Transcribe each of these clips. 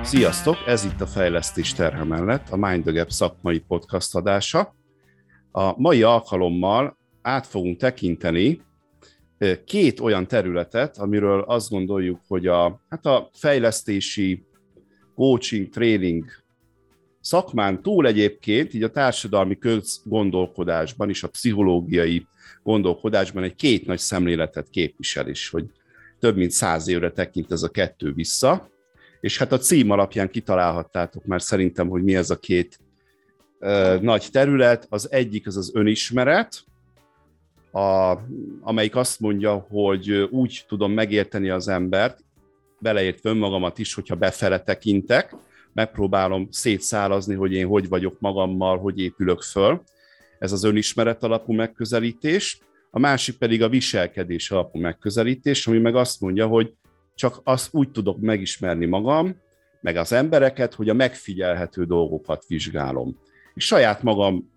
Sziasztok! Ez itt a Fejlesztés terhe mellett, a Mind the Gap szakmai podcast adása. A mai alkalommal át fogunk tekinteni két olyan területet, amiről azt gondoljuk, hogy a fejlesztési, coaching, training szakmán túl egyébként, így a társadalmi közgondolkodásban és a pszichológiai gondolkodásban egy két nagy szemléletet képvisel is, hogy több mint 100 évre tekint ez a kettő vissza. És hát a cím alapján kitalálhattátok már szerintem, hogy mi ez a két nagy terület. Az egyik az önismeret, amelyik azt mondja, hogy úgy tudom megérteni az embert, beleértve önmagamat is, hogyha befele tekintek, megpróbálom szétszálazni, hogy én hogy vagyok magammal, hogy épülök föl. Ez az önismeret alapú megközelítés. A másik pedig a viselkedés alapú megközelítés, ami meg azt mondja, hogy csak azt úgy tudok megismerni magam, meg az embereket, hogy a megfigyelhető dolgokat vizsgálom. És saját magam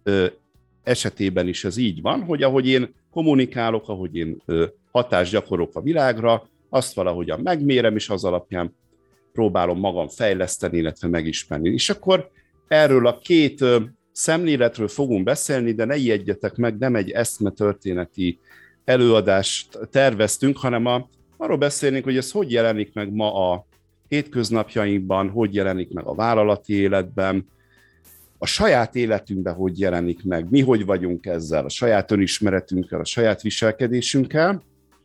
esetében is ez így van, hogy ahogy én kommunikálok, ahogy én hatást gyakorolok a világra, azt valahogyan megmérem, és az alapján próbálom magam fejleszteni, illetve megismerni. És akkor erről a két szemléletről fogunk beszélni, de ne ijedjetek meg, nem egy eszmetörténeti előadást terveztünk, hanem arról beszélnénk, hogy ez hogy jelenik meg ma a hétköznapjainkban, hogy jelenik meg a vállalati életben, a saját életünkben hogy jelenik meg, mi hogy vagyunk ezzel, a saját önismeretünkkel, a saját viselkedésünkkel,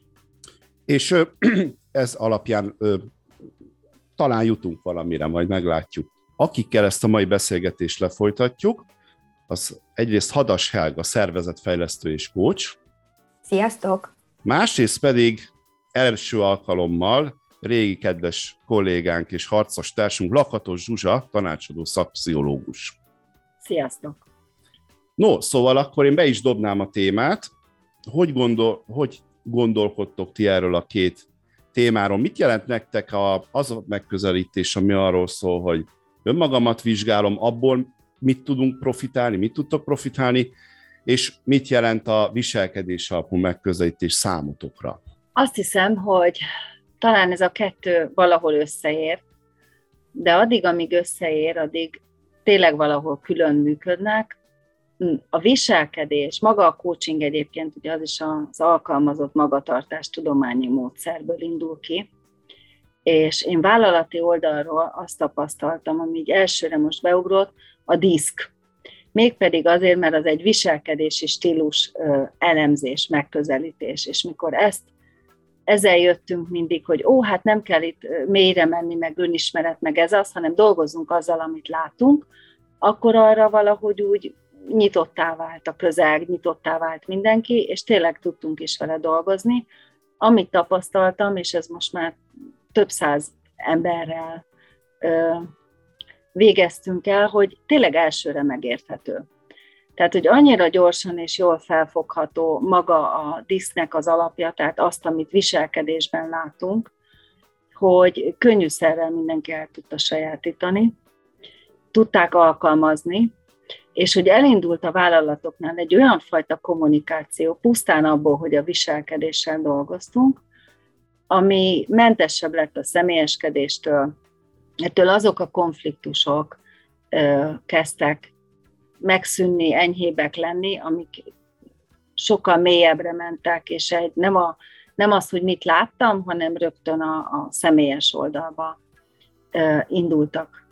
és ez alapján talán jutunk valamire, majd meglátjuk. Akikkel ezt a mai beszélgetést lefolytatjuk, az egyrészt Hadas Helga, szervezetfejlesztő és coach. Sziasztok! Másrészt pedig első alkalommal régi kedves kollégánk és harcos társunk Lakatos Zsuzsa, tanácsadó szakpszichológus. Sziasztok! No, szóval akkor én be is dobnám a témát. Hogy gondolkodtok ti erről a két témáról? Mit jelent nektek az a megközelítés, ami arról szól, hogy önmagamat vizsgálom, abból mit tudunk profitálni, mit tudtok profitálni, és mit jelent a viselkedés alapú megközelítés számotokra? Azt hiszem, hogy talán ez a kettő valahol összeér, de addig, amíg összeér, addig tényleg valahol külön működnek. A viselkedés, maga a coaching egyébként, ugye az is az alkalmazott magatartás tudományi módszerből indul ki, és én vállalati oldalról azt tapasztaltam, ami így elsőre most beugrott, a DISC. Mégpedig azért, mert az egy viselkedési stílus elemzés, megközelítés, és mikor ezzel jöttünk mindig, hogy hát nem kell itt mélyre menni, meg önismeret, meg ez az, hanem dolgozunk azzal, amit látunk, akkor arra valahogy úgy nyitottá vált a közeg, nyitottá vált mindenki, és tényleg tudtunk is vele dolgozni. Amit tapasztaltam, és ez most már több száz emberrel végeztünk el, hogy tényleg elsőre megérthető. Tehát, hogy annyira gyorsan és jól felfogható maga a DISC-nek az alapja, tehát azt, amit viselkedésben látunk, hogy könnyűszerrel mindenki el tudta sajátítani, tudták alkalmazni, és hogy elindult a vállalatoknál egy olyan fajta kommunikáció, pusztán abból, hogy a viselkedéssel dolgoztunk, ami mentesebb lett a személyeskedéstől, ettől azok a konfliktusok kezdtek megszűnni, enyhébbek lenni, amik sokkal mélyebbre mentek, és nem az, hogy mit láttam, hanem rögtön a személyes oldalba indultak.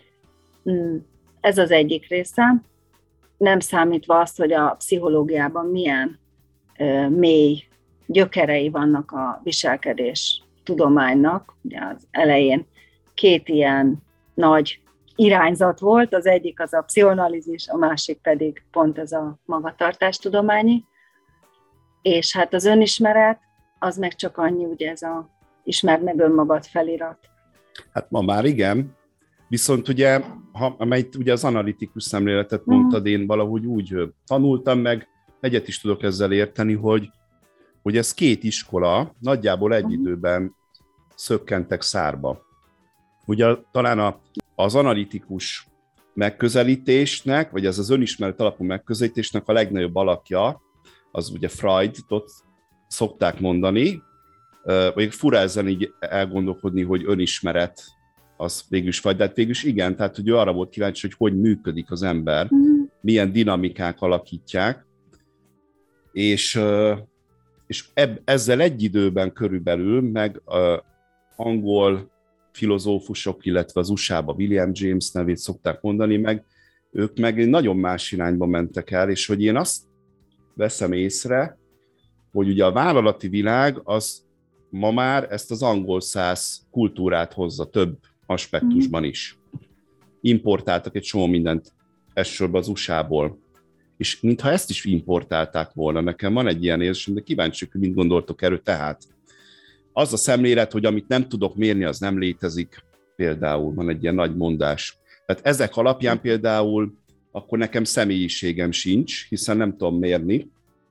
Ez az egyik része, nem számítva azt, hogy a pszichológiában milyen mély gyökerei vannak a viselkedés tudománynak. Ugye az elején két ilyen nagy irányzat volt, az egyik az a pszichoanalízis, a másik pedig pont ez a magatartástudományi, és hát az önismeret, az meg csak annyi, ugye ez a ismerd meg önmagad felirat. Hát ma már igen, viszont ugye, amelyet ugye az analitikus szemléletet mondtad, én valahogy úgy tanultam meg, egyet is tudok ezzel érteni, hogy ez két iskola nagyjából egy időben szökkentek szárba. Ugye talán az analitikus megközelítésnek, vagy ez az önismeret alapú megközelítésnek a legnagyobb alakja, az ugye Freudot szokták mondani, vagy fura ezen így elgondolkodni, hogy önismeret az végülis vagy, de hát végülis igen, tehát hogy ő arra volt kíváncsi, hogy működik az ember, milyen dinamikák alakítják, és ezzel egy időben körülbelül meg angol filozófusok, illetve az USA-ba William James nevét szokták mondani, meg ők meg nagyon más irányba mentek el, és hogy én azt veszem észre, hogy ugye a vállalati világ az ma már ezt az angol száz kultúrát hozza több aspektusban is. Importáltak egy csomó mindent elsősorban az USA-ból, és mintha ezt is importálták volna. Nekem van egy ilyen érzésem, de kíváncsi, hogy mit gondoltok erről. Tehát az a szemlélet, hogy amit nem tudok mérni, az nem létezik, például van egy ilyen nagy mondás. Tehát ezek alapján például akkor nekem személyiségem sincs, hiszen nem tudom mérni.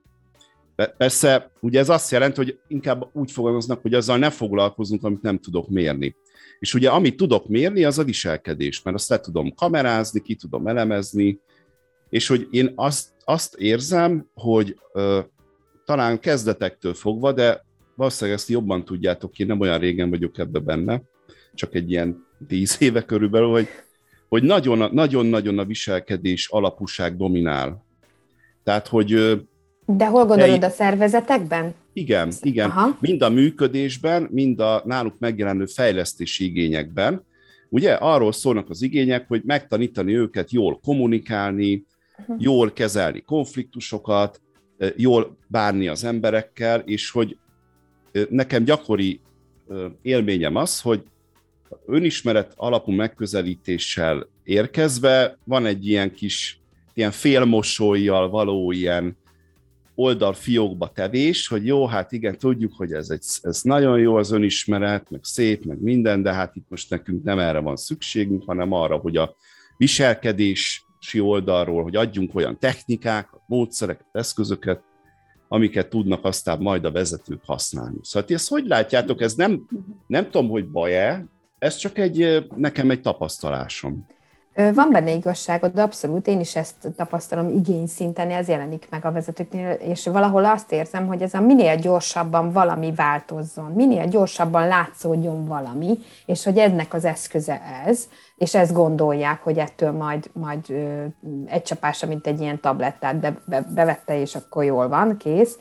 Persze, ugye ez azt jelenti, hogy inkább úgy fogalmaznak, hogy azzal ne foglalkozunk, amit nem tudok mérni. És ugye amit tudok mérni, az a viselkedés, mert azt le tudom kamerázni, ki tudom elemezni, és hogy én azt érzem, hogy talán kezdetektől fogva, de valószínűleg ezt jobban tudjátok, én nem olyan régen vagyok ebbe benne, csak egy ilyen 10 éve körülbelül, hogy nagyon-nagyon a viselkedés alapúság dominál. Tehát, hogy... De hol gondolod, a szervezetekben? Igen. Aha. Mind a működésben, mind a náluk megjelenő fejlesztési igényekben. Ugye arról szólnak az igények, hogy megtanítani őket jól kommunikálni, jól kezelni konfliktusokat, jól bánni az emberekkel, és hogy nekem gyakori élményem az, hogy önismeret alapú megközelítéssel érkezve van egy ilyen kis, ilyen félmosollyal való ilyen oldalfiókba tevés, hogy jó, hát igen, tudjuk, hogy ez nagyon jó az önismeret, meg szép, meg minden, de hát itt most nekünk nem erre van szükségünk, hanem arra, hogy a viselkedési oldalról, hogy adjunk olyan technikákat, módszereket, eszközöket, amiket tudnak aztán majd a vezetők használni. Szóval ti ezt hogy látjátok? Ez nem tudom, hogy baj-e, ez csak nekem egy tapasztalásom. Van benne igazságod, de abszolút én is ezt tapasztalom igényszinten, ez jelenik meg a vezetőknél, és valahol azt érzem, hogy ez a minél gyorsabban valami változzon, minél gyorsabban látszódjon valami, és hogy ennek az eszköze ez, és ezt gondolják, hogy ettől majd egy csapásra, mint egy ilyen tablettát bevette, és akkor jól van, kész.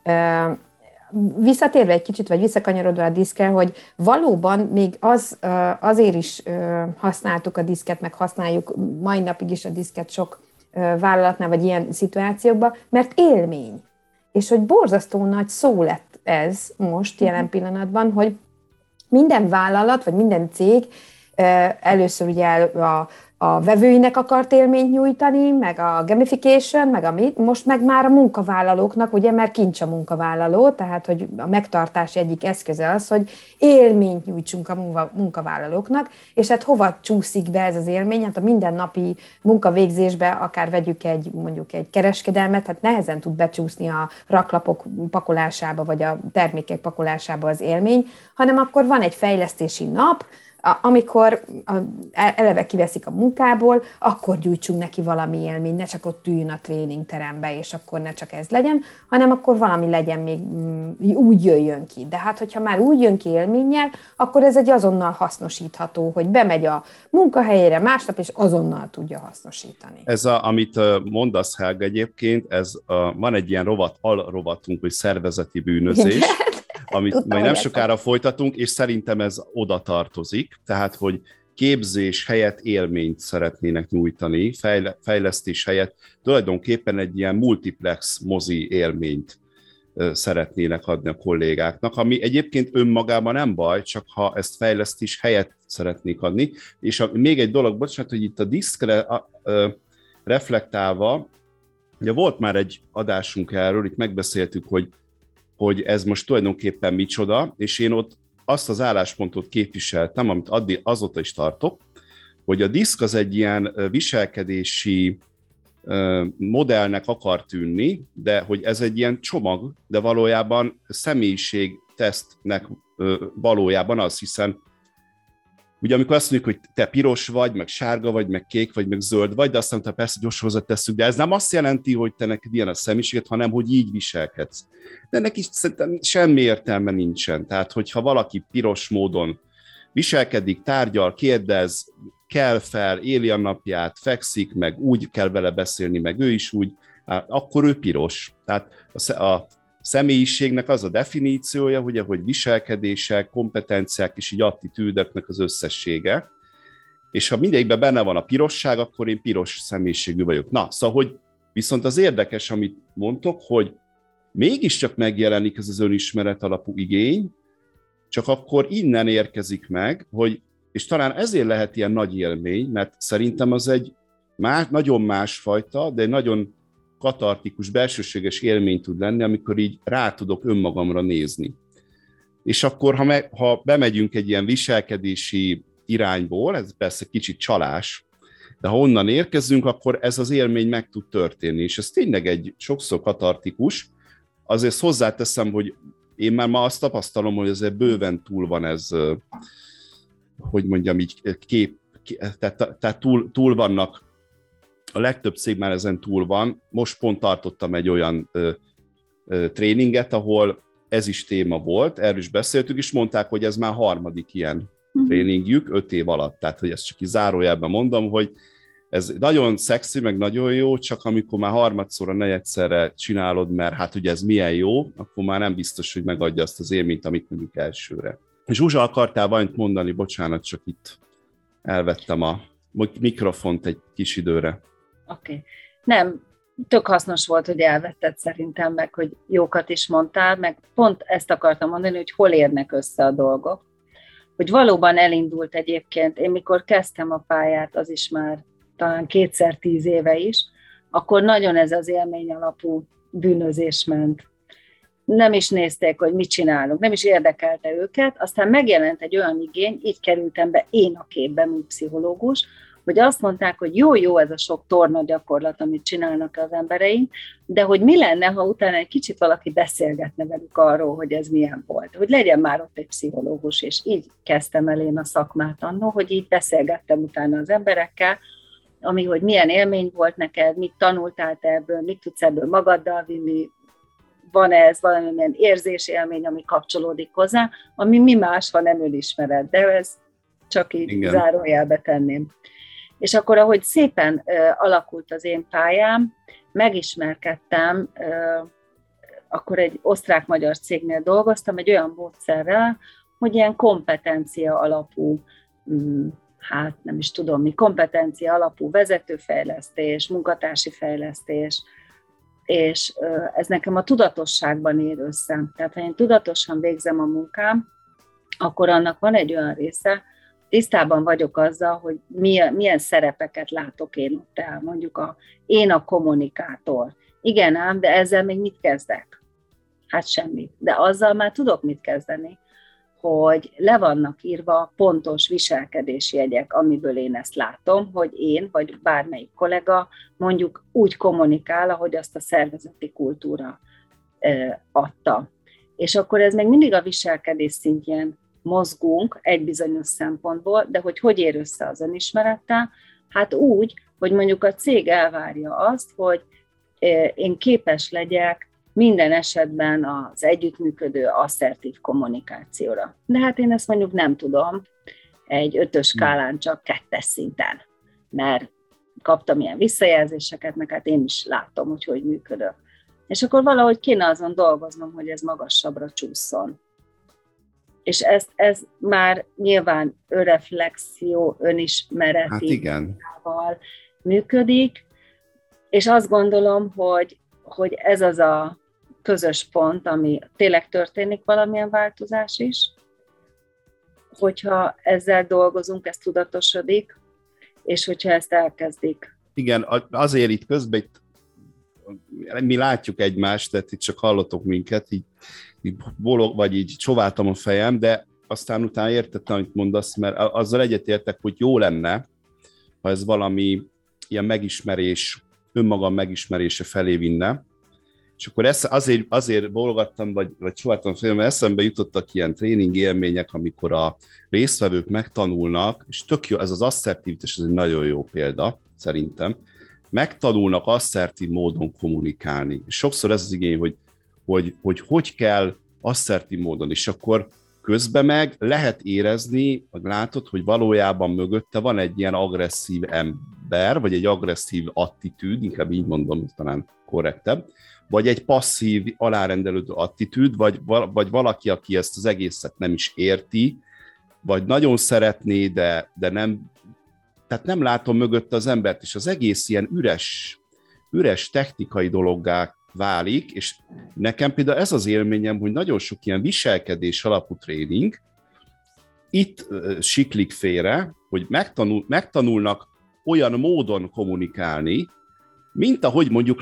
Visszatérve egy kicsit, vagy visszakanyarodva a diszkre, hogy valóban még azért is használtuk a diszket, meg használjuk mai napig is a diszket sok vállalatnál, vagy ilyen szituációkban, mert élmény. És hogy borzasztó nagy szó lett ez most jelen pillanatban, hogy minden vállalat, vagy minden cég először ugye a vevőinek akart élményt nyújtani, meg a gamification, meg most meg már a munkavállalóknak, ugye, mert kincs a munkavállaló, tehát hogy a megtartás egyik eszköze az, hogy élményt nyújtsunk a munkavállalóknak, és hát hova csúszik be ez az élmény? Hát a mindennapi munkavégzésbe, akár vegyük mondjuk egy kereskedelmet, hát nehezen tud becsúszni a raklapok pakolásába, vagy a termékek pakolásába az élmény, hanem akkor van egy fejlesztési nap, amikor eleve kiveszik a munkából, akkor gyújtsunk neki valami élmény, ne csak ott üljön a tréningterembe, és akkor ne csak ez legyen, hanem akkor valami legyen még, úgy jöjjön ki. De hát, hogyha már úgy jön ki élménnyel, akkor ez egy azonnal hasznosítható, hogy bemegy a munkahelyére másnap, és azonnal tudja hasznosítani. Ez amit mondasz, Helga, egyébként, van egy ilyen alrovatunk, hogy szervezeti bűnözés. Igen. Amit majd nem sokára folytatunk, és szerintem ez oda tartozik, tehát, hogy képzés helyett élményt szeretnének nyújtani, fejlesztés helyett tulajdonképpen egy ilyen multiplex mozi élményt szeretnének adni a kollégáknak, ami egyébként önmagában nem baj, csak ha ezt fejlesztés helyett szeretnék adni. És még egy dolog, bocsánat, hogy itt a diszkre reflektálva, ugye volt már egy adásunk erről, itt megbeszéltük, hogy ez most tulajdonképpen micsoda, és én ott azt az álláspontot képviseltem, amit azóta is tartok, hogy a diszk az egy ilyen viselkedési modellnek akar tűnni, de hogy ez egy ilyen csomag, de valójában személyiségtesztnek valójában az, hiszen ugye amikor azt mondjuk, hogy te piros vagy, meg sárga vagy, meg kék vagy, meg zöld vagy, de azt mondta, persze gyorsan hozzátesszük, de ez nem azt jelenti, hogy te neked ilyen a személyiséged, hanem hogy így viselkedsz. De ennek is szerintem semmi értelme nincsen. Tehát, hogyha valaki piros módon viselkedik, tárgyal, kérdez, kell fel, éli a napját, fekszik, meg úgy kell vele beszélni, meg ő is úgy, akkor ő piros. Tehát a személyiségnek az a definíciója, hogy viselkedések, kompetenciák és így attitűdeknek az összessége. És ha mindegyikben benne van a pirosság, akkor én piros személyiségű vagyok. Na, szóval, hogy viszont az érdekes, amit mondtok, hogy mégiscsak megjelenik ez az önismeret alapú igény, csak akkor innen érkezik meg, hogy, és talán ezért lehet ilyen nagy élmény, mert szerintem az egy nagyon másfajta, de egy nagyon katartikus, belsőséges élmény tud lenni, amikor így rá tudok önmagamra nézni. És akkor, ha bemegyünk egy ilyen viselkedési irányból, ez persze kicsit csalás, de ha onnan érkezünk, akkor ez az élmény meg tud történni, és ez tényleg egy sokszor katartikus. Azért hozzáteszem, hogy én már ma azt tapasztalom, hogy ezért bőven túl van ez, hogy mondjam így, tehát túl vannak, a legtöbb cég már ezen túl van. Most pont tartottam egy olyan tréninget, ahol ez is téma volt, erről is beszéltük, és mondták, hogy ez már harmadik ilyen tréningjük 5 év alatt. Tehát, hogy ezt csak így zárójelben mondom, hogy ez nagyon szexi, meg nagyon jó, csak amikor már harmadszorra, negyedszerre csinálod, mert hát ugye ez milyen jó, akkor már nem biztos, hogy megadja azt az élményt, amit mondjuk elsőre. Zsuzsa, akartál valamit mondani? Bocsánat, csak itt elvettem a mikrofont egy kis időre. Oké. Nem, tök hasznos volt, hogy elvetted szerintem, meg hogy jókat is mondtál, meg pont ezt akartam mondani, hogy hol érnek össze a dolgok. Hogy valóban elindult egyébként, én mikor kezdtem a pályát, az is már talán 2-10 éve is, akkor nagyon ez az élmény alapú bűnözés ment. Nem is nézték, hogy mit csinálunk, nem is érdekelte őket, aztán megjelent egy olyan igény, így kerültem be én a képbe, mint pszichológus, hogy azt mondták, hogy jó ez a sok torna gyakorlat, amit csinálnak az embereink, de hogy mi lenne, ha utána egy kicsit valaki beszélgetne velük arról, hogy ez milyen volt, hogy legyen már ott egy pszichológus, és így kezdtem el én a szakmát annó, hogy így beszélgettem utána az emberekkel, ami, hogy milyen élmény volt neked, mit tanultál te ebből, mit tudsz ebből magaddal vinni, van ez valamilyen érzésélmény, ami kapcsolódik hozzá, ami mi más, ha nem önismered, de ez csak így igen. Zárójelbe tenném. És akkor, ahogy szépen alakult az én pályám, megismerkedtem, akkor egy osztrák-magyar cégnél dolgoztam, egy olyan módszerrel, hogy ilyen kompetencia alapú, hát nem is tudom mi, kompetencia alapú vezetőfejlesztés, munkatársi fejlesztés, és ez nekem a tudatosságban ér össze. Tehát, ha én tudatosan végzem a munkám, akkor annak van egy olyan része, tisztában vagyok azzal, hogy milyen szerepeket látok én ott el. Mondjuk én a kommunikátor. Igen ám, de ezzel még mit kezdek? Hát semmit. De azzal már tudok mit kezdeni, hogy le vannak írva pontos viselkedési jegyek, amiből én ezt látom, hogy én, vagy bármelyik kollega mondjuk úgy kommunikál, ahogy azt a szervezeti kultúra adta. És akkor ez még mindig a viselkedés szintjén mozgunk egy bizonyos szempontból, de hogy ér össze az önismerettel? Hát úgy, hogy mondjuk a cég elvárja azt, hogy én képes legyek minden esetben az együttműködő asszertív kommunikációra. De hát én ezt mondjuk nem tudom egy 5-ös skálán, csak 2-es szinten, mert kaptam ilyen visszajelzéseket, meg hát én is látom, hogy működök. És akkor valahogy kéne azon dolgoznom, hogy ez magasabbra csúszson. És ez már nyilván önreflexió, önismereti munkával működik, és azt gondolom, hogy ez az a közös pont, ami tényleg történik valamilyen változás is, hogyha ezzel dolgozunk, ez tudatosodik, és hogyha ezt elkezdik. Igen, azért itt közben mi látjuk egymást, tehát itt csak hallotok minket, így bolog, vagy így csóváltam a fejem, de aztán utána értettem, amit mondasz, mert azzal egyetértek, hogy jó lenne, ha ez valami ilyen megismerés, önmagam megismerése felé vinne. És akkor azért bologattam, vagy csóváltam a fejem, mert eszembe jutottak ilyen tréning élmények, amikor a résztvevők megtanulnak, és tök jó, ez az asszertivitás, ez egy nagyon jó példa, szerintem, megtanulnak asszertív módon kommunikálni. És sokszor ez az igény, hogy kell asszertív módon, és akkor Közben meg lehet érezni, vagy látod, hogy valójában mögötte van egy ilyen agresszív ember, vagy egy agresszív attitűd, inkább így mondom, talán korrektebb, vagy egy passzív, alárendelődő attitűd, vagy valaki, aki ezt az egészet nem is érti, vagy nagyon szeretné, de nem, tehát nem látom mögötte az embert, és az egész ilyen üres technikai dologgá válik, és nekem például ez az élményem, hogy nagyon sok ilyen viselkedés alapú tréning itt siklik félre, hogy megtanulnak olyan módon kommunikálni, mint ahogy mondjuk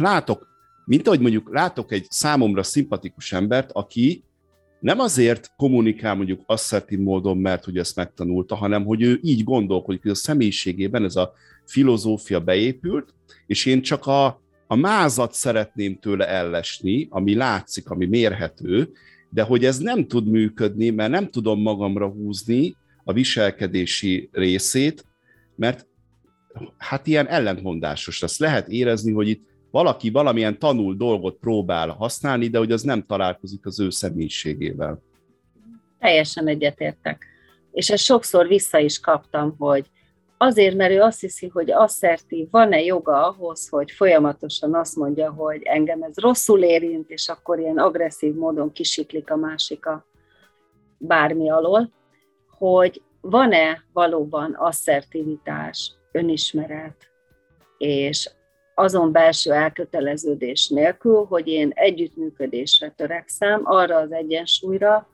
látok egy számomra szimpatikus embert, aki nem azért kommunikál mondjuk asszertív módon, mert hogy ezt megtanulta, hanem hogy ő így gondolkodik, hogy a személyiségében ez a filozófia beépült, és én csak a mázat szeretném tőle ellesni, ami látszik, ami mérhető, de hogy ez nem tud működni, mert nem tudom magamra húzni a viselkedési részét, mert hát ilyen ellentmondásos. Azt lehet érezni, hogy itt valaki valamilyen tanult dolgot próbál használni, de hogy az nem találkozik az ő személyiségével. Teljesen egyetértek. És ezt sokszor vissza is kaptam, hogy azért, mert ő azt hiszi, hogy asszertív, van-e joga ahhoz, hogy folyamatosan azt mondja, hogy engem ez rosszul érint, és akkor ilyen agresszív módon kisiklik a másika bármi alól, hogy van-e valóban asszertivitás, önismeret, és azon belső elköteleződés nélkül, hogy én együttműködésre törekszem, arra az egyensúlyra,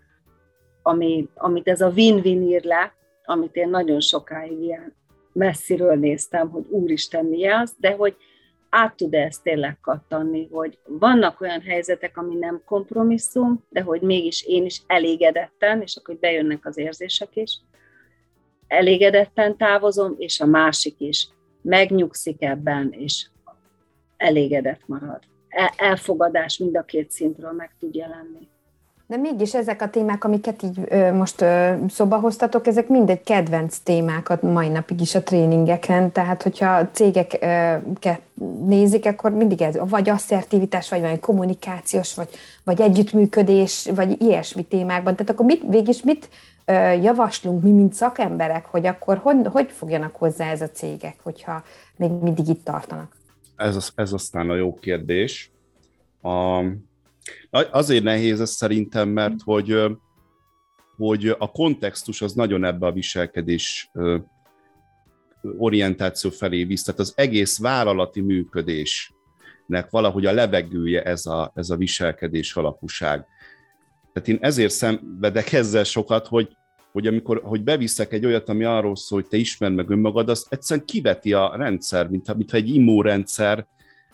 amit ez a win-win ír le, amit én nagyon sokáig ilyen messziről néztem, hogy úristen mi az, de hogy át tud ezt tényleg kattanni, hogy vannak olyan helyzetek, ami nem kompromisszum, de hogy mégis én is elégedetten, és akkor bejönnek az érzések is, elégedetten távozom, és a másik is megnyugszik ebben, és elégedett marad. Elfogadás mind a két szintről meg tud jelenni. De mégis ezek a témák, amiket így most szóba hoztatok, ezek mind egy kedvenc témák a mai napig is a tréningeken, tehát hogyha cégeket nézik, akkor mindig ez, vagy asszertivitás, vagy valami kommunikációs, vagy együttműködés, vagy ilyesmi témákban. Tehát akkor mit javaslunk mi, mint szakemberek, hogy akkor hogy fogjanak hozzá ez a cégek, hogyha még mindig itt tartanak? Ez aztán a jó kérdés. Azért nehéz ez szerintem, mert hogy a kontextus az nagyon ebbe a viselkedés orientáció felé visz. Tehát az egész vállalati működésnek valahogy a levegője ez a viselkedés alapúság. Tehát én ezért szenvedek ezzel sokat, hogy beviszek egy olyat, ami arról szól, hogy te ismerd meg önmagad, azt egyszerűen kiveti a rendszer, mintha egy immunrendszer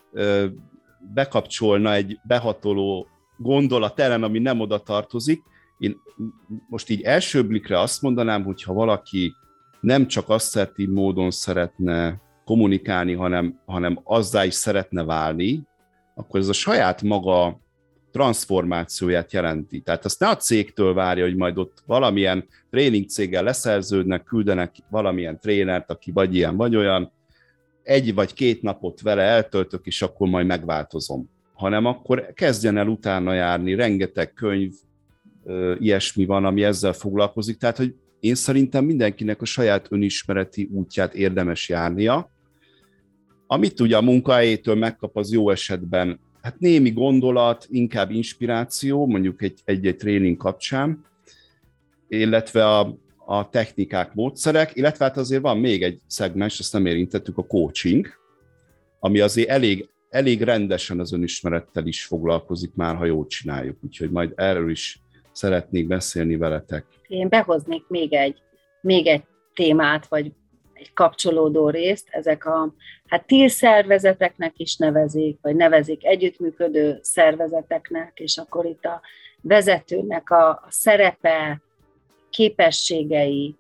bekapcsolna egy behatoló gondolat ellen, ami nem oda tartozik. Én most így első blikre azt mondanám, hogy ha valaki nem csak asszertív módon szeretne kommunikálni, hanem azzá is szeretne válni, akkor ez a saját maga transformációját jelenti. Tehát azt ne a cégtől várja, hogy majd ott valamilyen tréning céggel leszerződnek, küldenek valamilyen trénert, aki vagy ilyen, vagy olyan, 1 vagy 2 napot vele eltöltök, és akkor majd megváltozom. Hanem akkor kezdjen el utána járni, rengeteg könyv, ilyesmi van, ami ezzel foglalkozik. Tehát, hogy én szerintem mindenkinek a saját önismereti útját érdemes járnia. Amit ugye a munkahelyétől megkap, az jó esetben hát némi gondolat, inkább inspiráció, mondjuk egy tréning kapcsán, illetve a technikák, módszerek, illetve hát azért van még egy szegmens, ezt nem érintettük, a coaching, ami azért elég rendesen az önismerettel is foglalkozik már, ha jól csináljuk. Úgyhogy majd erről is szeretnék beszélni veletek. Én behoznék még egy témát, vagy egy kapcsolódó részt, ezek TIL szervezeteknek is nevezik, vagy nevezik együttműködő szervezeteknek, és akkor itt a vezetőnek a szerepe, képességei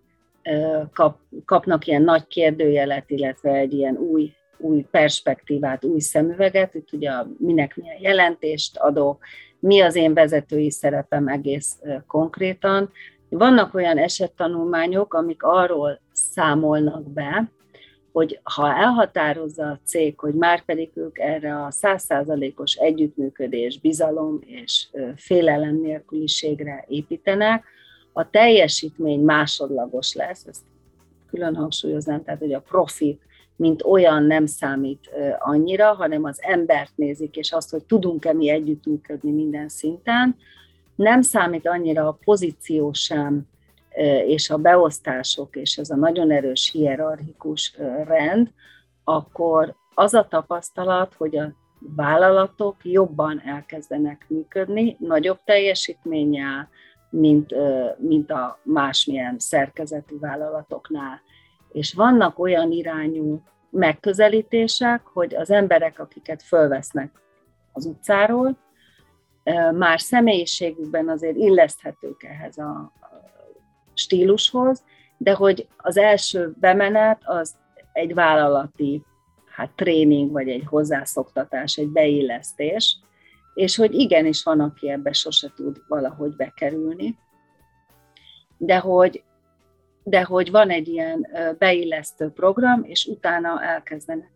kapnak ilyen nagy kérdőjelet, illetve egy ilyen új perspektívát, új szemüveget, itt ugye minek milyen jelentést adok, mi az én vezetői szerepem egész konkrétan. Vannak olyan esettanulmányok, amik arról számolnak be, hogy ha elhatározza a cég, hogy már pedig ők erre a 100%-os együttműködés, bizalom és félelem nélküliségre építenek, a teljesítmény másodlagos lesz, ezt külön hangsúlyoznám, tehát hogy a profit, mint olyan nem számít annyira, hanem az embert nézik, és azt, hogy tudunk-e mi együttműködni minden szinten, nem számít annyira a pozíció sem, és a beosztások, és ez a nagyon erős hierarchikus rend, akkor az a tapasztalat, hogy a vállalatok jobban elkezdenek működni, nagyobb teljesítménnyel, mint a másmilyen szerkezetű vállalatoknál. És vannak olyan irányú megközelítések, hogy az emberek, akiket fölvesznek az utcáról, már személyiségükben azért illeszthetők ehhez a stílushoz, de hogy az első bemenet az egy vállalati tréning, vagy egy hozzászoktatás, egy beillesztés, és hogy igenis van, aki ebbe sose tud valahogy bekerülni, de hogy van egy ilyen beillesztő program, és utána elkezdenek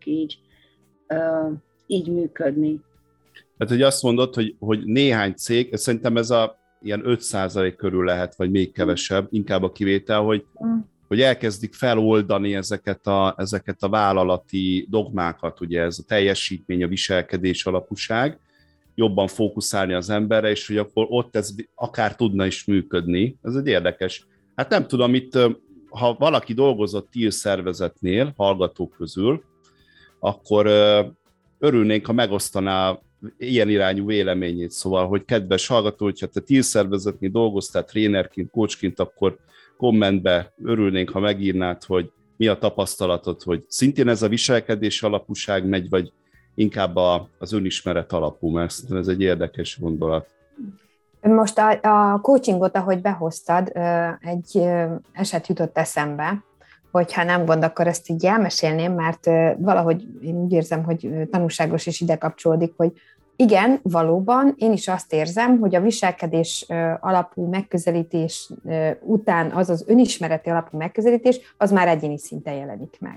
így működni. Hát, hogy azt mondod, hogy néhány cég, szerintem ez ilyen 5% körül lehet, vagy még kevesebb, inkább a kivétel, hogy elkezdik feloldani ezeket a vállalati dogmákat, ugye ez a teljesítmény, a viselkedés alapúság, jobban fókuszálni az emberre, és hogy akkor ott ez akár tudna is működni. Ez egy érdekes. Hát nem tudom, itt, ha valaki dolgozott TIL szervezetnél, hallgatók közül, akkor örülnénk, ha megosztaná ilyen irányú véleményét. Szóval, hogy kedves hallgató, hogyha te TIL szervezetnél dolgoztál trénerként, coachként, akkor kommentbe örülnénk, ha megírnád, hogy mi a tapasztalatod, hogy szintén ez a viselkedés alapúság megy, vagy inkább az önismeret alapú, mert ez egy érdekes gondolat. Most a coachingot, ahogy behoztad, egy eset jutott eszembe, hogyha nem gond, akkor ezt így elmesélném, mert valahogy én úgy érzem, hogy tanulságos és ide kapcsolódik, hogy igen, valóban én is azt érzem, hogy a viselkedés alapú megközelítés után az önismereti alapú megközelítés, az már egyéni szinten jelenik meg.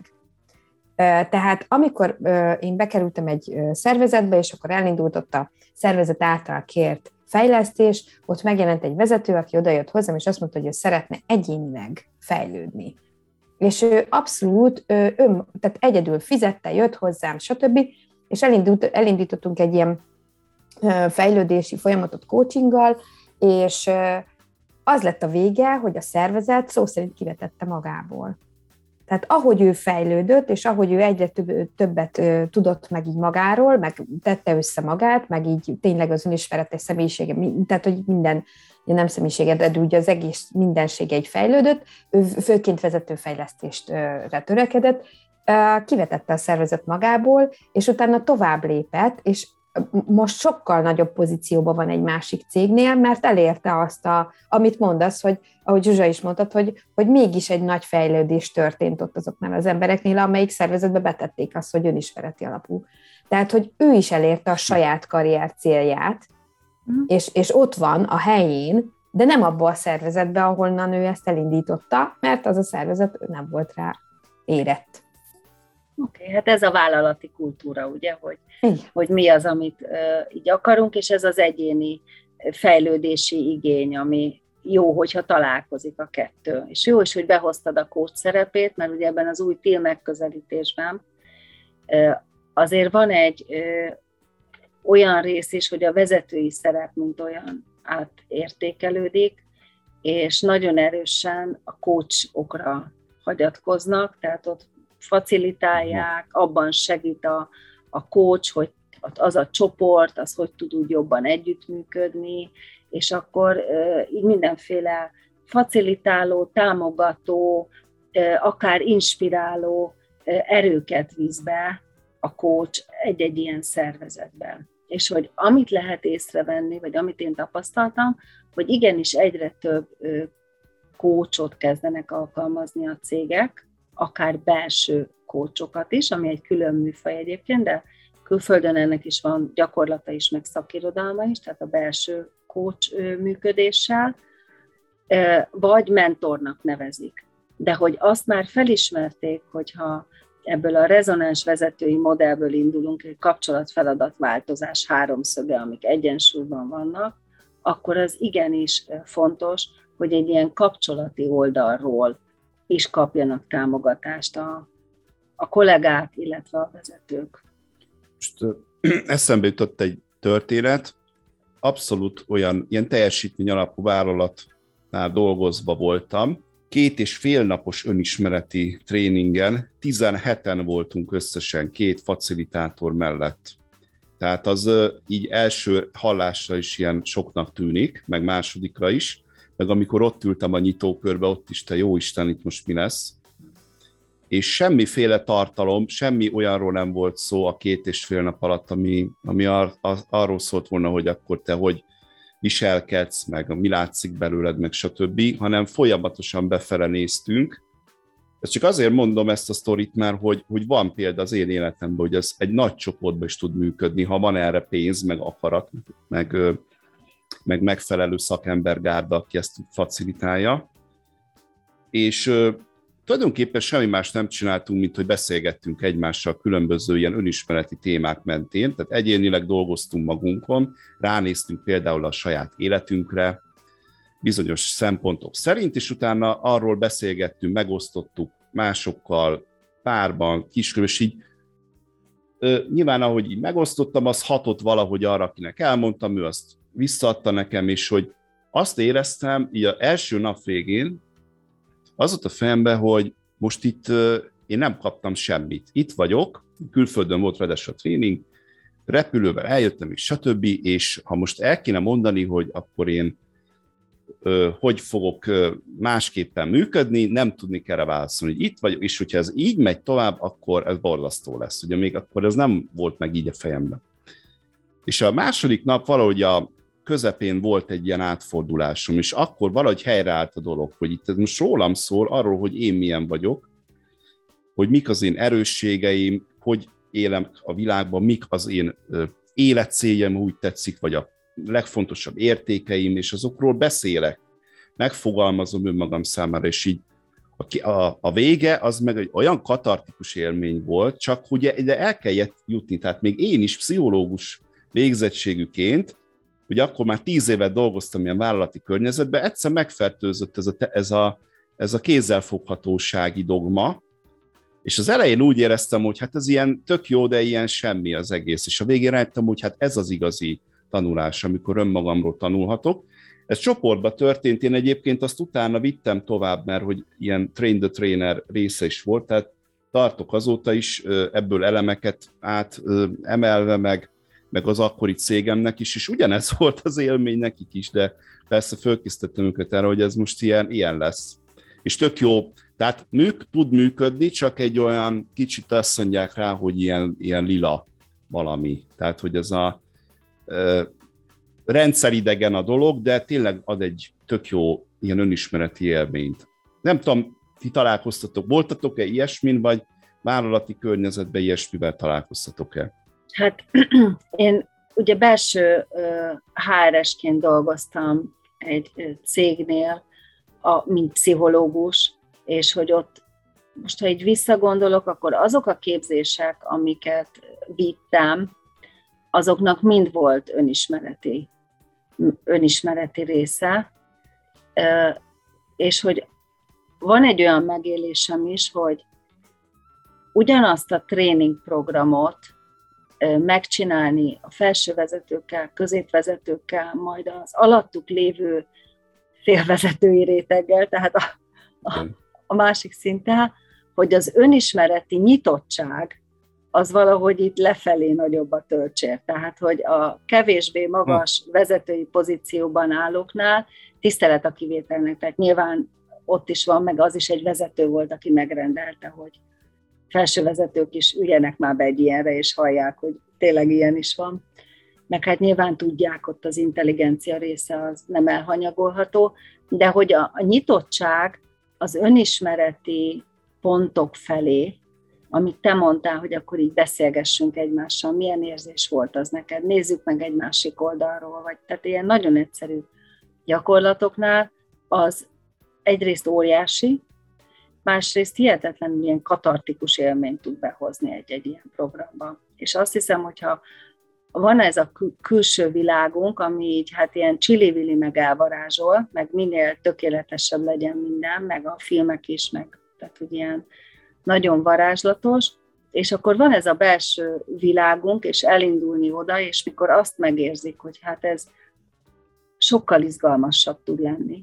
Tehát amikor én bekerültem egy szervezetbe, és akkor elindult ott a szervezet által kért fejlesztés, ott megjelent egy vezető, aki odajött hozzám, és azt mondta, hogy ő szeretne egyénileg fejlődni. És ő abszolút, tehát egyedül fizette, jött hozzám, stb., és elindítottunk egy ilyen fejlődési folyamatot coachinggal, és az lett a vége, hogy a szervezet szó szerint kivetette magából. Tehát ahogy ő fejlődött, és ahogy ő egyre többet tudott meg így magáról, meg tette össze magát, meg így tényleg az önismeretes személyisége, tehát hogy minden, nem személyisége, de ugye az egész mindensége így fejlődött, ő főként vezetőfejlesztésre törekedett, kivetette a szervezet magából, és utána tovább lépett, és most sokkal nagyobb pozícióban van egy másik cégnél, mert elérte azt, amit mondasz, hogy, ahogy Zsuzsa is mondtad, hogy mégis egy nagy fejlődés történt ott azoknál az embereknél, amelyik szervezetbe betették azt, hogy önismereti alapú. Tehát, hogy ő is elérte a saját karrier célját, és ott van a helyén, de nem abban a szervezetben, ahonnan ő ezt elindította, mert az a szervezet nem volt rá érett. Oké, hát ez a vállalati kultúra, ugye, hogy mi az, amit így akarunk, és ez az egyéni fejlődési igény, ami jó, hogyha találkozik a kettő. És jó is, hogy behoztad a coach szerepét, mert ugye ebben az új TIL megközelítésben azért van egy olyan rész is, hogy a vezetői szerep, mint olyan átértékelődik, és nagyon erősen a coachokra hagyatkoznak, tehát ott facilitálják, abban segít a coach, hogy az a csoport, az hogy tud úgy jobban együttműködni, és akkor így mindenféle facilitáló, támogató, akár inspiráló erőket visz be a coach egy-egy ilyen szervezetben. És hogy amit lehet észrevenni, vagy amit én tapasztaltam, hogy igenis egyre több coachot kezdenek alkalmazni a cégek, akár belső coachokat is, ami egy külön műfaj egyébként, de külföldön ennek is van gyakorlata is, meg szakirodalma is, tehát a belső coach működéssel, vagy mentornak nevezik. De hogy azt már felismerték, hogyha ebből a rezonáns vezetői modellből indulunk, egy kapcsolat-feladat-változás háromszöge, amik egyensúlyban vannak, akkor az igenis fontos, hogy egy ilyen kapcsolati oldalról is kapjanak támogatást a kollégák, illetve a vezetők. Most eszembe jutott egy történet, abszolút ilyen teljesítmény alapú vállalatnál dolgozva voltam. 2,5 napos önismereti tréningen 17-en voltunk összesen 2 facilitátor mellett. Tehát az így első hallásra is ilyen soknak tűnik, meg másodikra is, meg amikor ott ültem a nyitókörbe, ott is, te jó Isten, itt most mi lesz. És semmiféle tartalom, semmi olyanról nem volt szó a 2,5 nap alatt, ami arról szólt volna, hogy akkor te hogy viselkedsz, meg mi látszik belőled, meg stb., hanem folyamatosan befele néztünk. Ezt csak azért mondom ezt a sztorit, mert hogy van példa az én életemben, hogy ez egy nagy csoportban is tud működni, ha van erre pénz, meg akarat, meg megfelelő szakembergárda, aki ezt facilitálja. És tulajdonképpen semmi más nem csináltunk, mint hogy beszélgettünk egymással különböző ilyen önismereti témák mentén, tehát egyénileg dolgoztunk magunkon, ránéztünk például a saját életünkre, bizonyos szempontok szerint, és utána arról beszélgettünk, megosztottuk másokkal, párban, kiskörben, és így nyilván ahogy így megosztottam, az hatott valahogy arra, akinek elmondtam, ő azt visszaadta nekem, és hogy azt éreztem, így az első nap végén, az ott a fejemben, hogy most itt én nem kaptam semmit. Itt vagyok, külföldön volt ráadásul a tréning, repülővel eljöttem, és stb. És ha most el kéne mondani, hogy akkor én hogy fogok másképpen működni, nem tudnék erre válaszolni, hogy itt vagyok, és hogyha ez így megy tovább, akkor ez borzasztó lesz. Ugye még akkor ez nem volt meg így a fejemben. És a második nap valahogy a közepén volt egy ilyen átfordulásom, és akkor valahogy helyreállt a dolog, hogy itt ez most rólam szól, arról, hogy én milyen vagyok, hogy mik az én erősségeim, hogy élem a világban, mik az én életcéljaim, úgy tetszik, vagy a legfontosabb értékeim, és azokról beszélek, megfogalmazom önmagam számára, és így a vége az meg egy olyan katartikus élmény volt, csak ugye ide el kellett jutni, tehát még én is pszichológus végzettségűként, ugye akkor már 10 évet dolgoztam ilyen vállalati környezetben, egyszer megfertőzött ez a kézzelfoghatósági dogma, és az elején úgy éreztem, hogy hát ez ilyen tök jó, de ilyen semmi az egész, és a végén rájöttem, hogy hát ez az igazi tanulás, amikor önmagamról tanulhatok. Ez csoportban történt, én egyébként azt utána vittem tovább, mert hogy ilyen train the trainer része is volt, tehát tartok azóta is ebből elemeket emelve, meg az akkori cégemnek is, és ugyanez volt az élmény nekik is, de persze fölkészítettem őket erre, hogy ez most ilyen lesz. És tök jó, tehát tud működni, csak egy olyan kicsit azt mondják rá, hogy ilyen lila valami. Tehát, hogy ez a rendszeridegen a dolog, de tényleg ad egy tök jó ilyen önismereti élményt. Nem tudom, ti találkoztatok, voltatok-e ilyesmin, vagy vállalati környezetben ilyesmivel találkoztatok-e? Hát én ugye belső HR-esként dolgoztam egy cégnél, mint pszichológus, és hogy ott most, ha így visszagondolok, akkor azok a képzések, amiket vittem, azoknak mind volt önismereti része, és hogy van egy olyan megélésem is, hogy ugyanazt a tréningprogramot megcsinálni a felsővezetőkkel, középvezetőkkel, majd az alattuk lévő félvezetői réteggel, tehát a másik szinten, hogy az önismereti nyitottság az valahogy itt lefelé nagyobb a töltsér. Tehát, hogy a kevésbé magas vezetői pozícióban állóknál tisztelet a kivételnek. Tehát nyilván ott is van, meg az is egy vezető volt, aki megrendelte, hogy felsővezetők is üljenek már be egy ilyenre, és hallják, hogy tényleg ilyen is van. Meg hát nyilván tudják, ott az intelligencia része az nem elhanyagolható, de hogy a nyitottság az önismereti pontok felé, amit te mondtál, hogy akkor így beszélgessünk egymással, milyen érzés volt az neked, nézzük meg egy másik oldalról, vagy tehát ilyen nagyon egyszerű gyakorlatoknál az egyrészt óriási, másrészt hihetetlenül ilyen katartikus élményt tud behozni egy ilyen programban. És azt hiszem, hogyha van ez a külső világunk, ami így hát ilyen csili-vili meg elvarázsol, meg minél tökéletesebb legyen minden, meg a filmek is, meg tehát, hogy ilyen nagyon varázslatos, és akkor van ez a belső világunk, és elindulni oda, és mikor azt megérzik, hogy hát ez sokkal izgalmasabb tud lenni.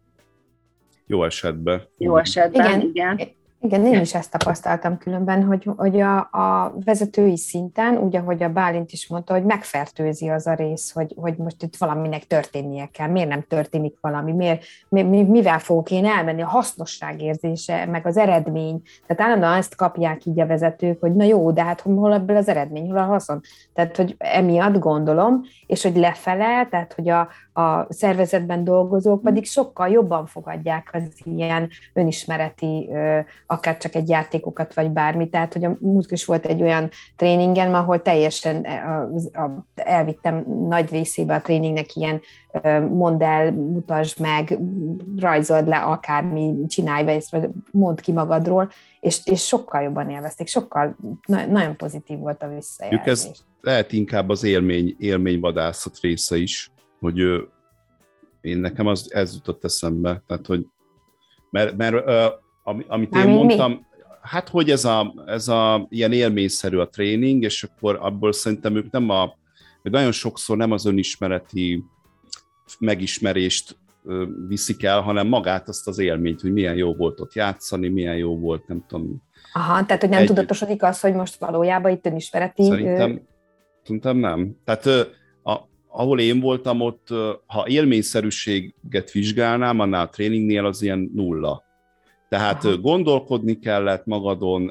Jó esetben. Jó esetben, igen. Igen, én is ezt tapasztaltam különben, hogy a vezetői szinten, úgy, ahogy a Bálint is mondta, hogy megfertőzi az a rész, hogy most itt valaminek történnie kell, miért nem történik valami, mivel fogok én elmenni, a hasznosság érzése, meg az eredmény. Tehát állandóan ezt kapják így a vezetők, hogy na jó, de hát hol ebből az eredmény, hol a haszon. Tehát, hogy emiatt gondolom, és hogy lefele, tehát, hogy a szervezetben dolgozók pedig sokkal jobban fogadják az ilyen önismereti, akár csak egy játékokat, vagy bármi. Tehát, hogy a múltkor is volt egy olyan tréningen, ahol teljesen elvittem nagy részébe a tréningnek ilyen mondd el, mutasd meg, rajzold le, akármi, csinálj be, és mondd ki magadról, és sokkal jobban élvezték, sokkal, nagyon pozitív volt a visszajelzés. Ez lehet inkább az élményvadászat része is, hogy én nekem ez jutott eszembe, tehát, hogy mert amit én mondtam, hát, hogy ez a ilyen élményszerű a tréning, és akkor abból szerintem ők hogy nagyon sokszor nem az önismereti megismerést viszik el, hanem magát azt az élményt, hogy milyen jó volt ott játszani, milyen jó volt, nem tudom. Aha, tehát, hogy nem tudatosodik az, hogy most valójában itt önismereti... Szerintem nem. Tehát ahol én voltam ott, ha élményszerűséget vizsgálnám, annál a tréningnél az ilyen 0. Tehát gondolkodni kellett magadon,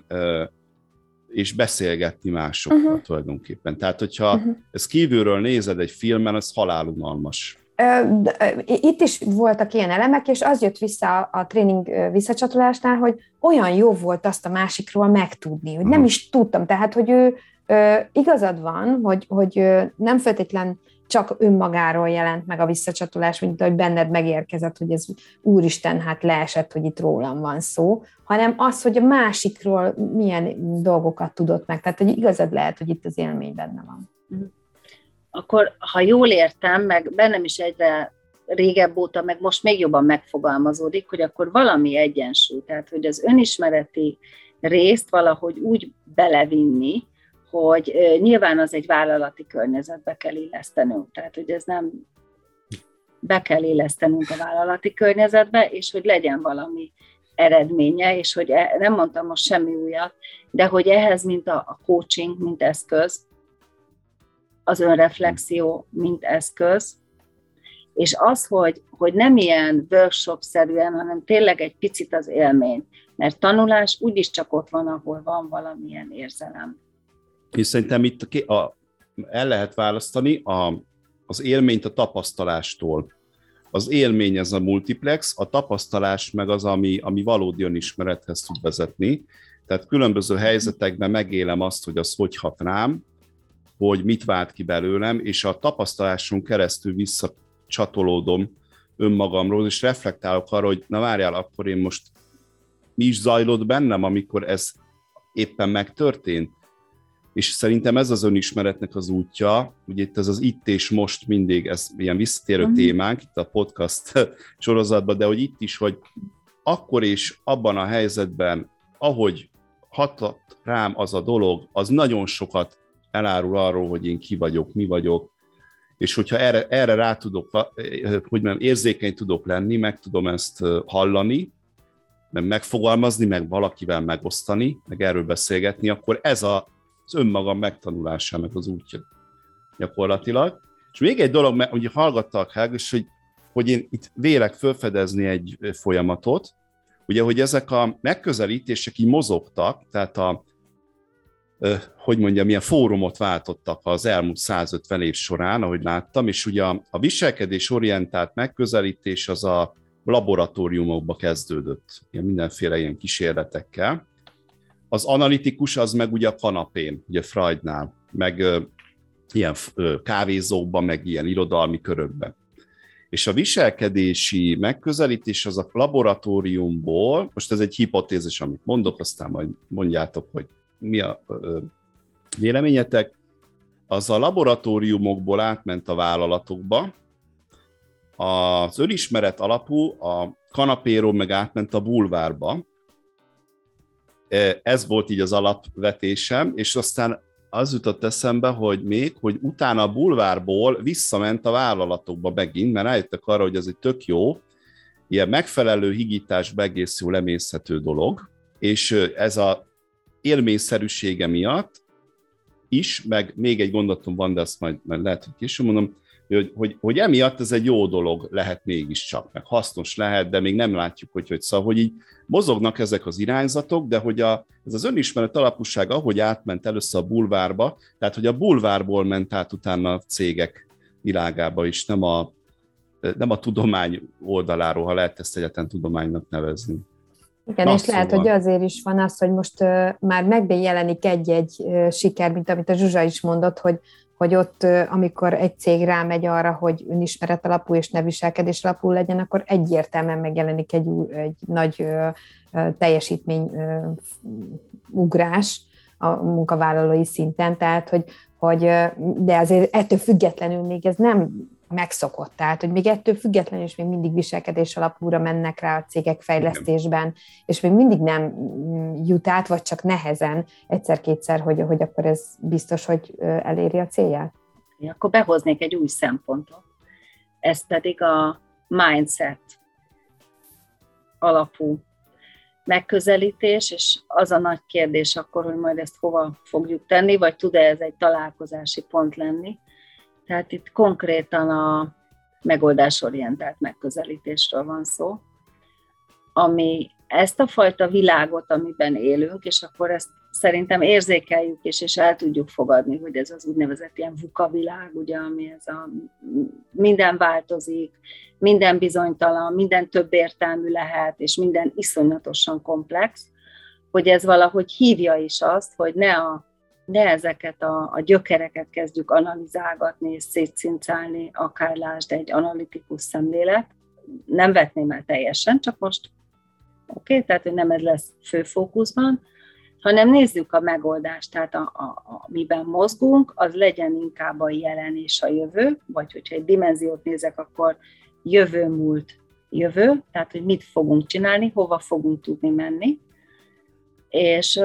és beszélgetni másokkal tulajdonképpen. Tehát, hogyha ezt kívülről nézed egy filmen, az halálunalmas. Itt is voltak ilyen elemek, és az jött vissza a tréning visszacsatolásnál, hogy olyan jó volt azt a másikról megtudni, hogy nem is tudtam. Tehát, hogy ő igazad van, hogy nem feltétlen csak önmagáról jelent meg a visszacsatolás, mint ahogy benned megérkezett, hogy ez úristen, hát leesett, hogy itt rólam van szó, hanem az, hogy a másikról milyen dolgokat tudott meg. Tehát, hogy igazad lehet, hogy itt az élmény benne van. Akkor, ha jól értem, meg bennem is egyre régebb óta, meg most még jobban megfogalmazódik, hogy akkor valami egyensúly, tehát, hogy az önismereti részt valahogy úgy belevinni, hogy nyilván az egy vállalati környezetbe kell illesztenünk, tehát hogy ez nem be kell illesztenünk a vállalati környezetbe, és hogy legyen valami eredménye, és hogy nem mondtam most semmi újat, de hogy ehhez, mint a coaching, mint eszköz, az önreflexió, mint eszköz, és az, hogy nem ilyen workshop-szerűen, hanem tényleg egy picit az élmény, mert tanulás úgyis csak ott van, ahol van valamilyen érzelem. És szerintem itt el lehet választani az élményt a tapasztalástól. Az élmény ez a multiplex, a tapasztalás meg az, ami valódi önismerethez tud vezetni. Tehát különböző helyzetekben megélem azt, hogy az hogy hat rám, hogy mit vált ki belőlem, és a tapasztaláson keresztül visszacsatolódom önmagamról, és reflektálok arra, hogy na várjál, akkor én most mi is zajlott bennem, amikor ez éppen megtörtént. És szerintem ez az önismeretnek az útja, ugye itt ez az itt és most mindig, ez ilyen visszatérő témánk itt a podcast sorozatban, de hogy itt is, hogy akkor és abban a helyzetben, ahogy hatott rám az a dolog, az nagyon sokat elárul arról, hogy én ki vagyok, mi vagyok, és hogyha erre rá tudok, hogy mondjam, érzékeny tudok lenni, meg tudom ezt hallani, meg megfogalmazni, meg valakivel megosztani, meg erről beszélgetni, akkor ez az önmagam megtanulásának az útja gyakorlatilag. És még egy dolog, mert ugye hallgattak el, és hogy én itt vélek felfedezni egy folyamatot, ugye, hogy ezek a megközelítések így mozogtak, tehát hogy mondjam, milyen fórumot váltottak az elmúlt 150 év során, ahogy láttam, és ugye a viselkedésorientált megközelítés az a laboratóriumokba kezdődött, mindenféle ilyen kísérletekkel. Az analitikus az meg ugye a kanapén, ugye Freudnál, meg ilyen kávézókban, meg ilyen irodalmi körökben. És a viselkedési megközelítés az a laboratóriumból, most ez egy hipotézis, amit mondok, aztán majd mondjátok, hogy mi a véleményetek, az a laboratóriumokból átment a vállalatokba, az önismeret alapú a kanapéról meg átment a bulvárba. Ez volt így az alapvetésem, és aztán az jutott eszembe, hogy utána a bulvárból visszament a vállalatokba megint, mert rájöttek arra, hogy ez egy tök jó, ilyen megfelelő higítás, egész jól emészhető dolog, és ez a élményszerűsége miatt is, meg még egy gondolatom van, de azt majd lehet, hogy később mondom, hogy emiatt ez egy jó dolog lehet mégiscsak, meg hasznos lehet, de még nem látjuk, hogy így mozognak ezek az irányzatok, de hogy ez az önismeret alapúság, ahogy átment először a bulvárba, tehát hogy a bulvárból ment át utána a cégek világába is, nem a tudomány oldaláról, ha lehet ezt egyáltalán tudománynak nevezni. Igen, és lehet, hogy azért is van az, hogy most már megjelenik egy-egy siker, mint amit a Zsuzsa is mondott, hogy ott, amikor egy cég rámegy arra, hogy önismeret alapú és ne viselkedés alapú legyen, akkor egyértelműen megjelenik egy nagy teljesítményugrás a munkavállalói szinten, tehát de azért ettől függetlenül még ez nem megszokott, tehát hogy még ettől függetlenül is még mindig viselkedés alapúra mennek rá a cégek fejlesztésben, és még mindig nem jut át, vagy csak nehezen egyszer-kétszer, hogy akkor ez biztos, hogy eléri a célját. Akkor behoznék egy új szempontot. Ez pedig a mindset alapú megközelítés, és az a nagy kérdés akkor, hogy majd ezt hova fogjuk tenni, vagy tud-e ez egy találkozási pont lenni. Tehát itt konkrétan a megoldásorientált megközelítésről van szó, ami ezt a fajta világot, amiben élünk, és akkor ezt szerintem érzékeljük és el tudjuk fogadni, hogy ez az úgynevezett ilyen VUCA világ, ugye, ami ez minden változik, minden bizonytalan, minden többértelmű lehet, és minden iszonyatosan komplex, hogy ez valahogy hívja is azt, hogy ne ezeket a gyökereket kezdjük analizálgatni és szétszincálni, akár lásd egy analitikus szemlélet. Nem vetném el teljesen, csak most tehát hogy nem ez lesz főfókuszban, hanem nézzük a megoldást, tehát amiben mozgunk, az legyen inkább a jelen és a jövő, vagy hogyha egy dimenziót nézek, akkor jövő, múlt, jövő, tehát hogy mit fogunk csinálni, hova fogunk tudni menni, és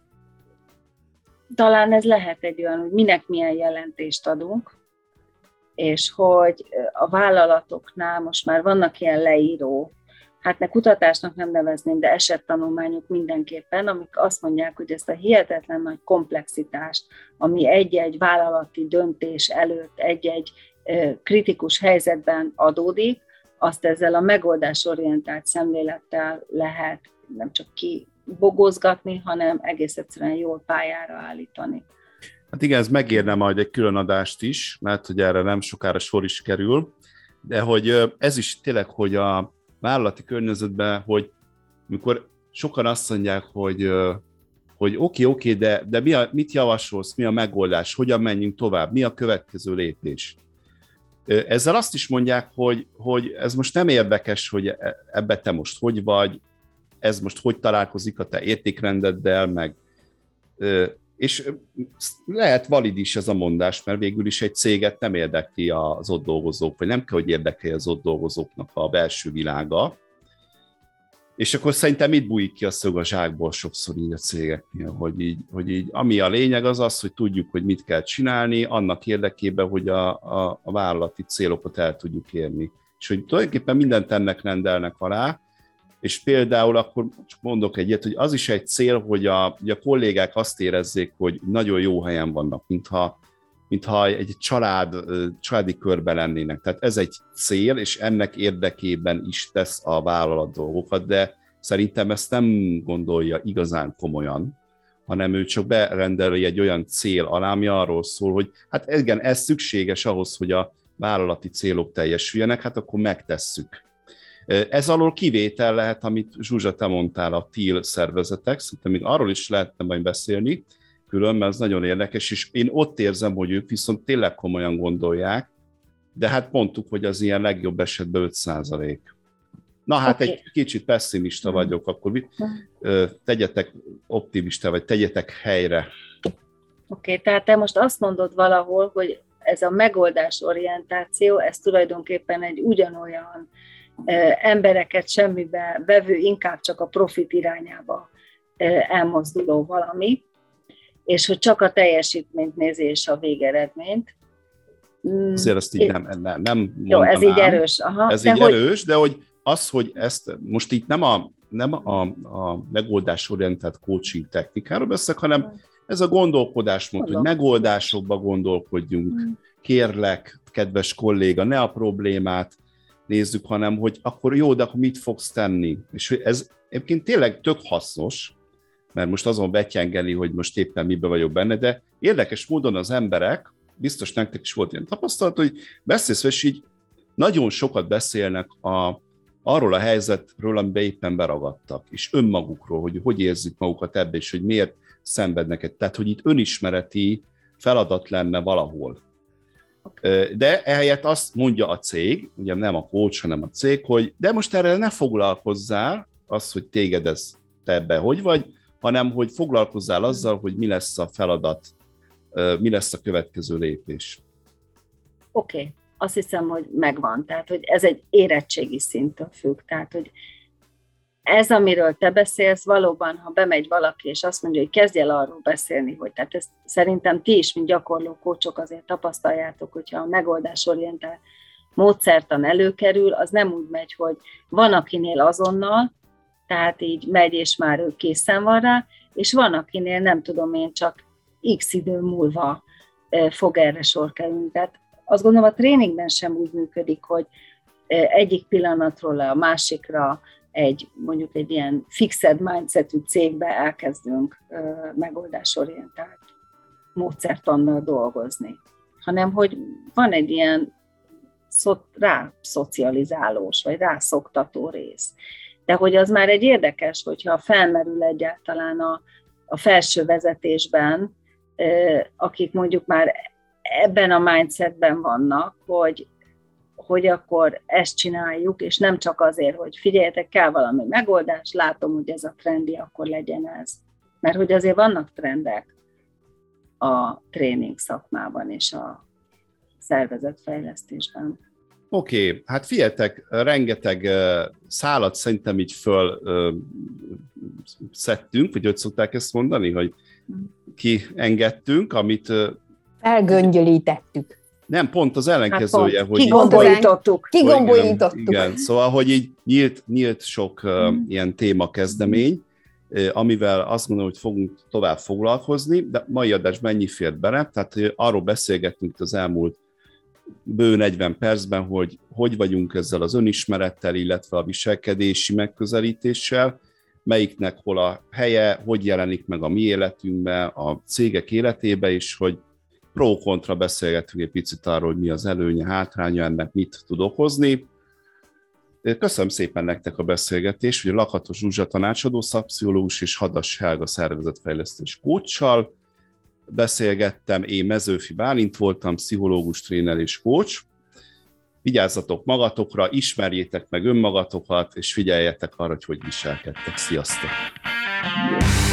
talán ez lehet egy olyan, hogy minek milyen jelentést adunk, és hogy a vállalatoknál most már vannak ilyen leíró, hát ne kutatásnak nem nevezném, de esettanulmányok mindenképpen, amik azt mondják, hogy ezt a hihetetlen nagy komplexitást, ami egy-egy vállalati döntés előtt, egy-egy kritikus helyzetben adódik, azt ezzel a megoldásorientált szemlélettel lehet nem csak kibogozgatni, hanem egész egyszerűen jól pályára állítani. Hát igen, ez megérne majd egy külön adást is, mert hogy erre nem sokára sor is kerül, de hogy ez is tényleg, hogy a vállalati környezetben, hogy mikor sokan azt mondják, hogy oké, de mit javasolsz, mi a megoldás, hogyan menjünk tovább, mi a következő lépés. Ezzel azt is mondják, hogy ez most nem érdekes, hogy ebbe te most hogy vagy, ez most hogy találkozik a te értékrendeddel, meg... És lehet valid is ez a mondás, mert végül is egy céget nem érdekli az ott dolgozók, vagy nem kell, hogy érdekelje az ott dolgozóknak a belső világa. És akkor szerintem itt bújik ki a szög a zsákból sokszor így a cégeknél, hogy így ami a lényeg az, hogy tudjuk, hogy mit kell csinálni, annak érdekében, hogy a vállalati célokat el tudjuk érni. És hogy tulajdonképpen mindent ennek rendelnek alá, és például akkor csak mondok egyet, hogy az is egy cél, hogy a kollégák azt érezzék, hogy nagyon jó helyen vannak, mintha egy családi körben lennének. Tehát ez egy cél, és ennek érdekében is tesz a vállalat dolgokat, de szerintem ezt nem gondolja igazán komolyan, hanem ő csak berendeli egy olyan cél alá, ami arról szól, hogy hát igen, ez szükséges ahhoz, hogy a vállalati célok teljesüljenek, hát akkor megtesszük. Ez alól kivétel lehet, amit Zsuzsa, te mondtál, a TIL szervezetek, szerintem még arról is lehetne majd beszélni, külön, mert ez nagyon érdekes, és én ott érzem, hogy ők viszont tényleg komolyan gondolják, de hát mondtuk, hogy az ilyen legjobb esetben 5%. Na hát okay. Egy kicsit pessimista vagyok, akkor tegyetek optimista, vagy tegyetek helyre. Oké, tehát te most azt mondod valahol, hogy ez a megoldásorientáció, ez tulajdonképpen egy ugyanolyan embereket semmibe vevő, inkább csak a profit irányába elmozduló valami, és hogy csak a teljesítményt nézi és a végeredményt. Azért ezt így nem mondanám. Jó, ez így erős. Aha, ez így erős, de hogy az, hogy ezt most itt nem a megoldásorientált coaching technikáról beszélek, hanem ez a gondolkodásmód, hogy megoldásokba gondolkodjunk. Kérlek, kedves kolléga, ne a problémát nézzük, hanem hogy akkor jó, de akkor mit fogsz tenni? És ez egyébként tényleg tök hasznos, mert most azon betyengeni, hogy most éppen miben vagyok benne, de érdekes módon az emberek, biztos nektek is volt ilyen tapasztalat, hogy beszélsz, és így nagyon sokat beszélnek arról a helyzetről, amiben éppen beragadtak, és önmagukról, hogy érzik magukat ebbe, és hogy miért szenvednek. Tehát, hogy itt önismereti feladat lenne valahol. De ehelyett azt mondja a cég, ugye nem a coach, hanem a cég, hogy de most erre ne foglalkozzál, az, hogy téged te ebben hogy vagy, hanem hogy foglalkozzál azzal, hogy mi lesz a feladat, mi lesz a következő lépés. Oké. Azt hiszem, hogy megvan. Tehát, hogy ez egy érettségi szinttől függ. Tehát, hogy ez, amiről te beszélsz, valóban, ha bemegy valaki, és azt mondja, hogy kezdj el arról beszélni, hogy tehát ezt szerintem ti is, mint gyakorló kócsok azért tapasztaljátok, hogyha a megoldásorientált módszertan előkerül, az nem úgy megy, hogy van akinél azonnal, tehát így megy, és már ő készen van rá, és van akinél, nem tudom én, csak x idő múlva fog erre sor kerülni. Tehát azt gondolom, a tréningben sem úgy működik, hogy egyik pillanatról a másikra mondjuk egy ilyen fixed mindsetű cégbe elkezdünk megoldásorientált módszertannal dolgozni, hanem hogy van egy ilyen rászocializálós, vagy rászoktató rész. De hogy az már egy érdekes, hogyha felmerül egyáltalán a felső vezetésben, akik mondjuk már ebben a mindsetben vannak, hogy akkor ezt csináljuk, és nem csak azért, hogy figyeljetek, kell valami megoldás, látom, hogy ez a trendi, akkor legyen ez. Mert hogy azért vannak trendek a tréning szakmában és a szervezetfejlesztésben. Oké, hát figyeljetek, rengeteg szálat szerintem így szedtünk, vagy hogy szokták ezt mondani, hogy kiengedtünk, amit... Elgöngyölítettük. Nem, pont az ellenkezője, hát hogy... Kigombolítottuk. Igen, szóval, hogy így nyílt sok ilyen témakezdemény, amivel azt mondom, hogy fogunk tovább foglalkozni, de mai adásban ennyi fért bele, tehát arról beszélgettünk az elmúlt bő 40 percben, hogy vagyunk ezzel az önismerettel, illetve a viselkedési megközelítéssel, melyiknek hol a helye, hogy jelenik meg a mi életünkben, a cégek életébe is, hogy pro-kontra beszélgetünk egy picit arról, hogy mi az előnye, hátránya, ennek mit tud okozni. Köszönöm szépen nektek a beszélgetést, hogy Lakatos Zsuzsa tanácsadó szakpszichológus és Hadas Helga szervezetfejlesztés coachsal beszélgettem, én Mezőfi Bálint voltam, pszichológus, tréner és coach. Vigyázzatok magatokra, ismerjétek meg önmagatokat, és figyeljetek arra, hogy viselkedtek. Sziasztok!